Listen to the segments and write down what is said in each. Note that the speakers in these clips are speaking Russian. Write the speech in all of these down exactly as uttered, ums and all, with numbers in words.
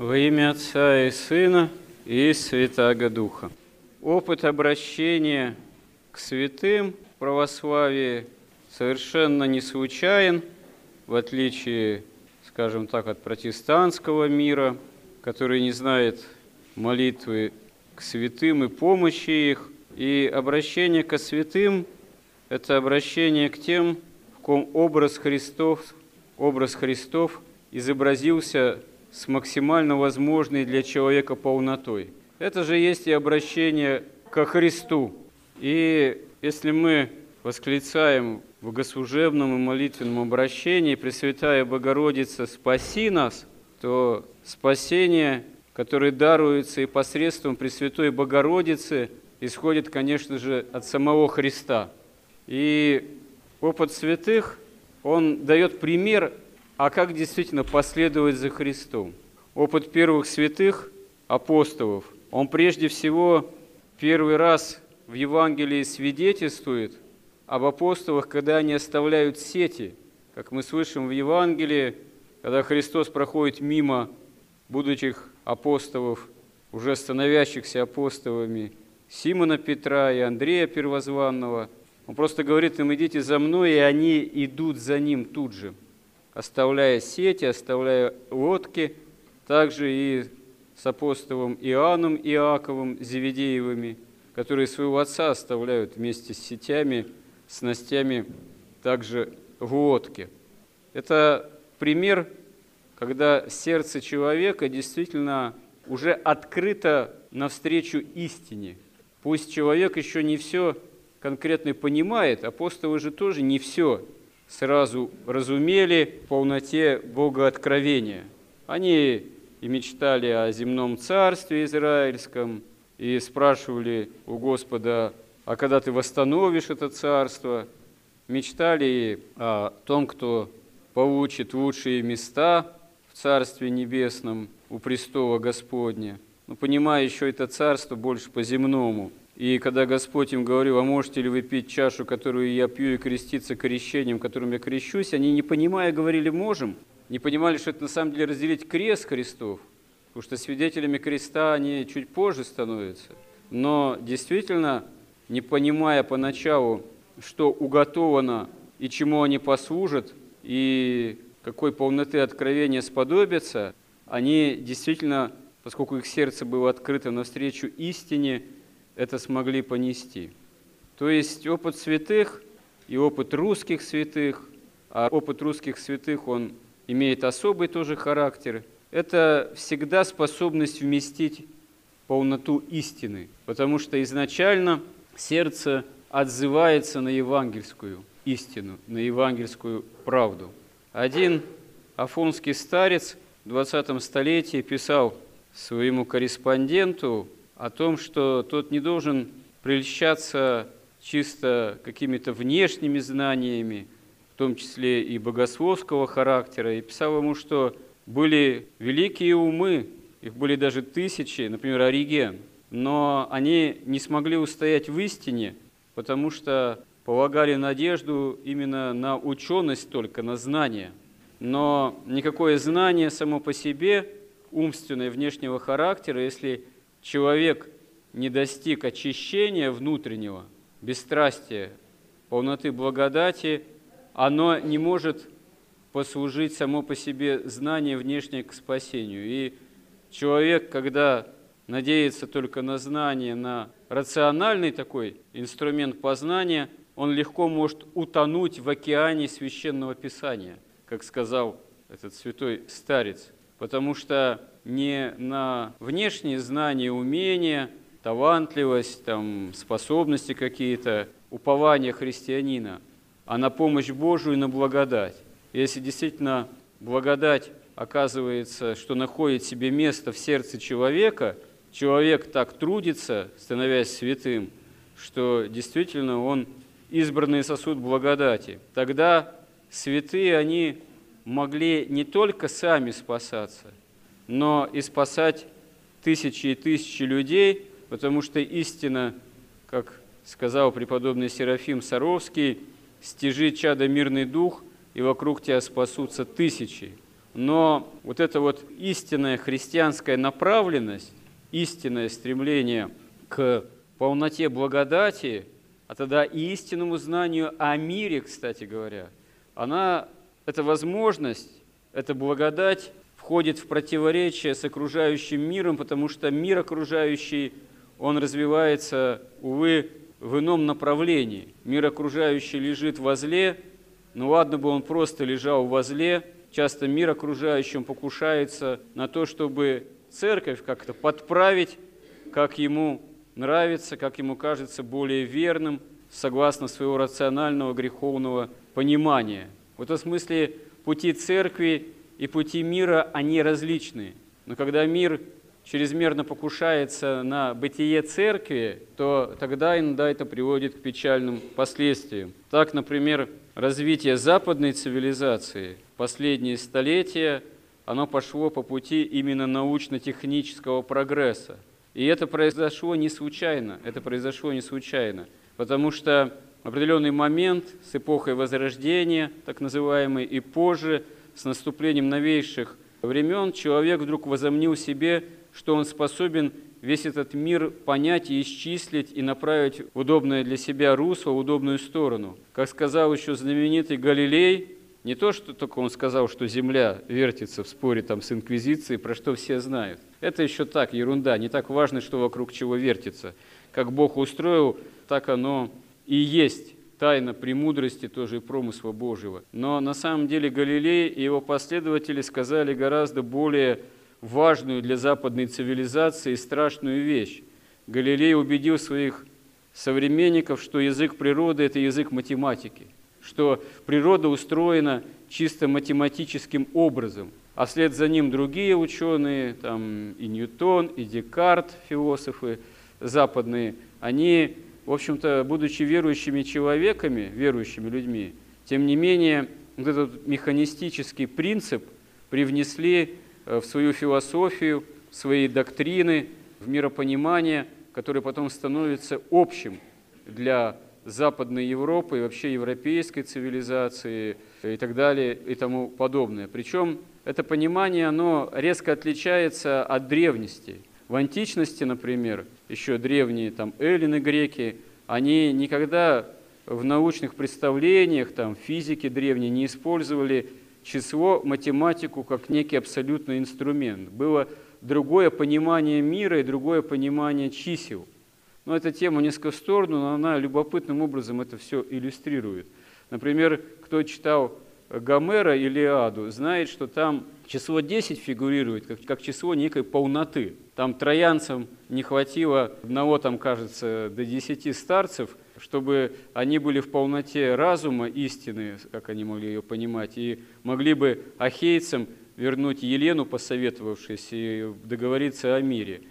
Во имя Отца и Сына и Святаго Духа. Опыт обращения к святым в православии совершенно не случайен, в отличие, скажем так, от протестантского мира, который не знает молитвы к святым и помощи их. И обращение ко святым – это обращение к тем, в ком образ Христов, образ Христов изобразился с максимально возможной для человека полнотой. Это же есть и обращение ко Христу. И если мы восклицаем в богослужебном и молитвенном обращении «Пресвятая Богородица, спаси нас», то спасение, которое даруется и посредством Пресвятой Богородицы, исходит, конечно же, от самого Христа. И опыт святых, он дает пример, а как действительно последовать за Христом. Опыт первых святых, апостолов, он прежде всего первый раз в Евангелии свидетельствует об апостолах, когда они оставляют сети. Как мы слышим в Евангелии, когда Христос проходит мимо будущих апостолов, уже становящихся апостолами, Симона Петра и Андрея Первозванного, он просто говорит им: идите за мной, и они идут за ним тут же, оставляя сети, оставляя лодки, также и с апостолом Иоанном Иаковом Зеведеевыми, которые своего отца оставляют вместе с сетями, снастями, также в лодке. Это пример, когда сердце человека действительно уже открыто навстречу истине. Пусть человек еще не все конкретно понимает, апостолы же тоже не все сразу разумели в полноте богооткровения. Они и мечтали о земном царстве израильском, и спрашивали у Господа: а когда ты восстановишь это царство? Мечтали о том, кто получит лучшие места в Царстве Небесном у престола Господня, но понимая еще это царство больше по-земному. И когда Господь им говорил: а можете ли вы пить чашу, которую я пью, и креститься крещением, которым я крещусь, они, не понимая, говорили: можем. Не понимали, что это на самом деле разделить крест Христов, потому что свидетелями креста они чуть позже становятся. Но действительно, не понимая поначалу, что уготовано и чему они послужат, и какой полноты откровения сподобятся, они действительно, поскольку их сердце было открыто навстречу истине, это смогли понести. То есть опыт святых и опыт русских святых, а опыт русских святых, он имеет особый тоже характер, это всегда способность вместить полноту истины, потому что изначально сердце отзывается на евангельскую истину, на евангельскую правду. Один афонский старец в двадцатом столетии писал своему корреспонденту о том, что тот не должен прельщаться чисто какими-то внешними знаниями, в том числе и богословского характера, и писал ему, что были великие умы, их были даже тысячи, например, Ориген, но они не смогли устоять в истине, потому что полагали надежду именно на ученость только, на знание. Но никакое знание само по себе, умственное, внешнего характера, если человек не достиг очищения внутреннего, бесстрастия, полноты благодати, оно не может послужить само по себе знание внешнее к спасению. И человек, когда надеется только на знание, на рациональный такой инструмент познания, он легко может утонуть в океане Священного Писания, как сказал этот святой старец, потому что не на внешние знания, умения, талантливость, там, способности какие-то, упование христианина, а на помощь Божию и на благодать. Если действительно благодать оказывается, что находит себе место в сердце человека, человек так трудится, становясь святым, что действительно он избранный сосуд благодати. Тогда святые, они могли не только сами спасаться, но и спасать тысячи и тысячи людей, потому что истина, как сказал преподобный Серафим Саровский: «Стяжи, чадо, мирный дух, и вокруг тебя спасутся тысячи». Но вот эта вот истинная христианская направленность, истинное стремление к полноте благодати, а тогда и истинному знанию о мире, кстати говоря, она, эта возможность, эта благодать входит в противоречие с окружающим миром, потому что мир окружающий, он развивается, увы, в ином направлении. Мир окружающий лежит возле, ну ладно бы он просто лежал возле, часто мир окружающий он покушается на то, чтобы церковь как-то подправить, как ему нравится, как ему кажется более верным, согласно своего рационального греховного понимания. В этом смысле пути церкви и пути мира, они различны. Но когда мир чрезмерно покушается на бытие церкви, то тогда иногда это приводит к печальным последствиям. Так, например, развитие западной цивилизации в последние столетия, оно пошло по пути именно научно-технического прогресса. И это произошло не случайно, это произошло не случайно, потому что в определенный момент с эпохой Возрождения, так называемой, и позже, с наступлением новейших времен, человек вдруг возомнил себе, что он способен весь этот мир понять и исчислить, и направить в удобное для себя русло, в удобную сторону. Как сказал еще знаменитый Галилей, не то, что только он сказал, что Земля вертится в споре там, с Инквизицией, про что все знают. Это еще так, ерунда, не так важно, что вокруг чего вертится. Как Бог устроил, так оно и есть. Тайна премудрости тоже и промысла Божьего. Но на самом деле Галилей и его последователи сказали гораздо более важную для западной цивилизации и страшную вещь. Галилей убедил своих современников, что язык природы – это язык математики, что природа устроена чисто математическим образом, а вслед за ним другие ученые, там и Ньютон, и Декарт, философы западные, они, в общем-то, будучи верующими человеками, верующими людьми, тем не менее, вот этот механистический принцип привнесли в свою философию, в свои доктрины, в миропонимание, которое потом становится общим для Западной Европы и вообще европейской цивилизации и так далее и тому подобное. Причем это понимание, оно резко отличается от древности. В античности, например, еще древние там эллины, греки, они никогда в научных представлениях, там, физики древние не использовали число, математику как некий абсолютный инструмент. Было другое понимание мира и другое понимание чисел. Но эта тема несколько в сторону, но она любопытным образом это все иллюстрирует. Например, кто читал Гомера, Илиаду, знает, что там число десять фигурирует как, как число некой полноты. Там троянцам не хватило одного, там, кажется, до десяти старцев, чтобы они были в полноте разума, истины, как они могли ее понимать, и могли бы ахейцам вернуть Елену, посоветовавшись, и договориться о мире.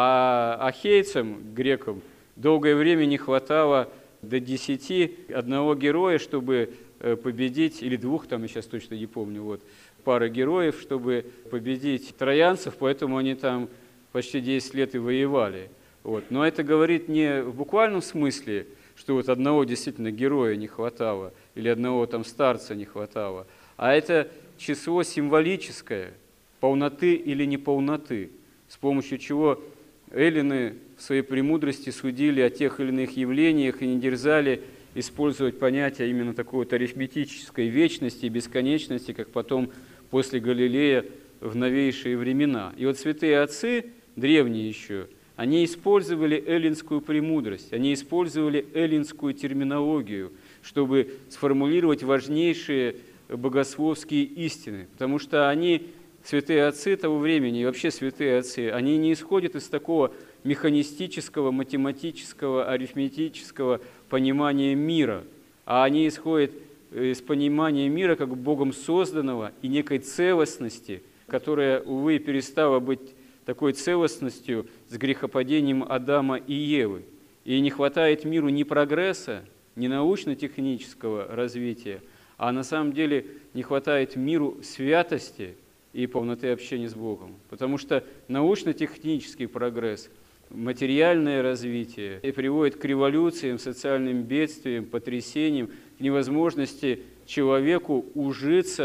А ахейцам, грекам, долгое время не хватало до десяти одного героя, чтобы победить, или двух, там я сейчас точно не помню, вот, пара героев, чтобы победить троянцев, поэтому они там почти десять лет и воевали. Вот. Но это говорит не в буквальном смысле, что вот одного действительно героя не хватало, или одного там старца не хватало, а это число символическое, полноты или неполноты, с помощью чего эллины в своей премудрости судили о тех или иных явлениях и не дерзали использовать понятие именно такой вот арифметической вечности и бесконечности, как потом после Галилея в новейшие времена. И вот святые отцы, древние еще, они использовали эллинскую премудрость, они использовали эллинскую терминологию, чтобы сформулировать важнейшие богословские истины, потому что они, святые отцы того времени, и вообще святые отцы, они не исходят из такого механистического, математического, арифметического понимания мира, а они исходят из понимания мира как Богом созданного и некой целостности, которая, увы, перестала быть такой целостностью с грехопадением Адама и Евы. И не хватает миру ни прогресса, ни научно-технического развития, а на самом деле не хватает миру святости и полноты общения с Богом. Потому что научно-технический прогресс, материальное развитие и приводит к революциям, социальным бедствиям, потрясениям, к невозможности человеку ужиться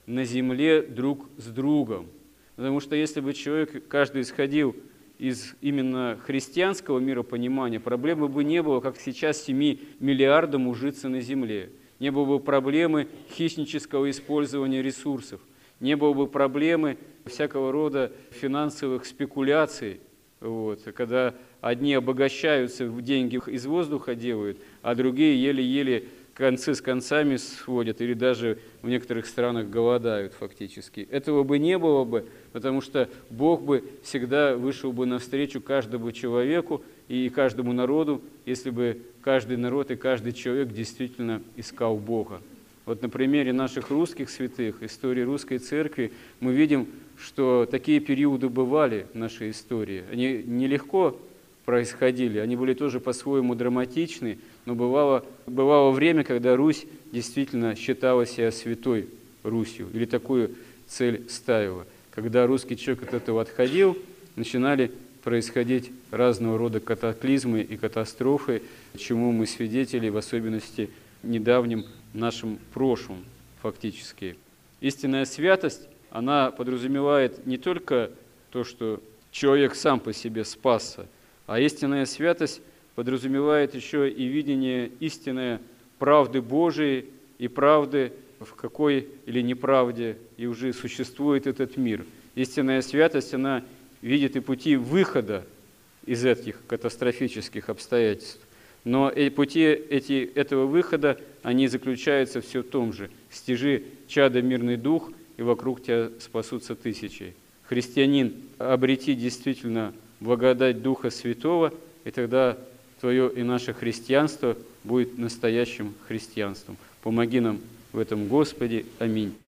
на земле друг с другом. Потому что если бы человек, каждый исходил из именно христианского миропонимания, проблемы бы не было, как сейчас, семи миллиардам ужиться на земле. Не было бы проблемы хищнического использования ресурсов, не было бы проблемы всякого рода финансовых спекуляций, вот, когда одни обогащаются, деньги из воздуха делают, а другие еле-еле концы с концами сводят или даже в некоторых странах голодают фактически. Этого бы не было бы, потому что Бог бы всегда вышел бы навстречу каждому человеку и каждому народу, если бы каждый народ и каждый человек действительно искал Бога. Вот на примере наших русских святых, истории русской церкви, мы видим, что такие периоды бывали в нашей истории. Они нелегко происходили, они были тоже по-своему драматичны, но бывало, бывало время, когда Русь действительно считала себя святой Русью, или такую цель ставила. Когда русский человек от этого отходил, начинали происходить разного рода катаклизмы и катастрофы, чему мы свидетели, в особенности в недавнем нашем прошлом фактически. Истинная святость, она подразумевает не только то, что человек сам по себе спасся, а истинная святость подразумевает еще и видение истинной правды Божией и правды, в какой или неправде и уже существует этот мир. Истинная святость, она видит и пути выхода из этих катастрофических обстоятельств. Но и пути эти, этого выхода, они заключаются все в том же. «Стяжи чадо мирный дух, и вокруг тебя спасутся тысячи». Христианин, обрети действительно благодать Духа Святого, и тогда твое и наше христианство будет настоящим христианством. Помоги нам в этом, Господи. Аминь.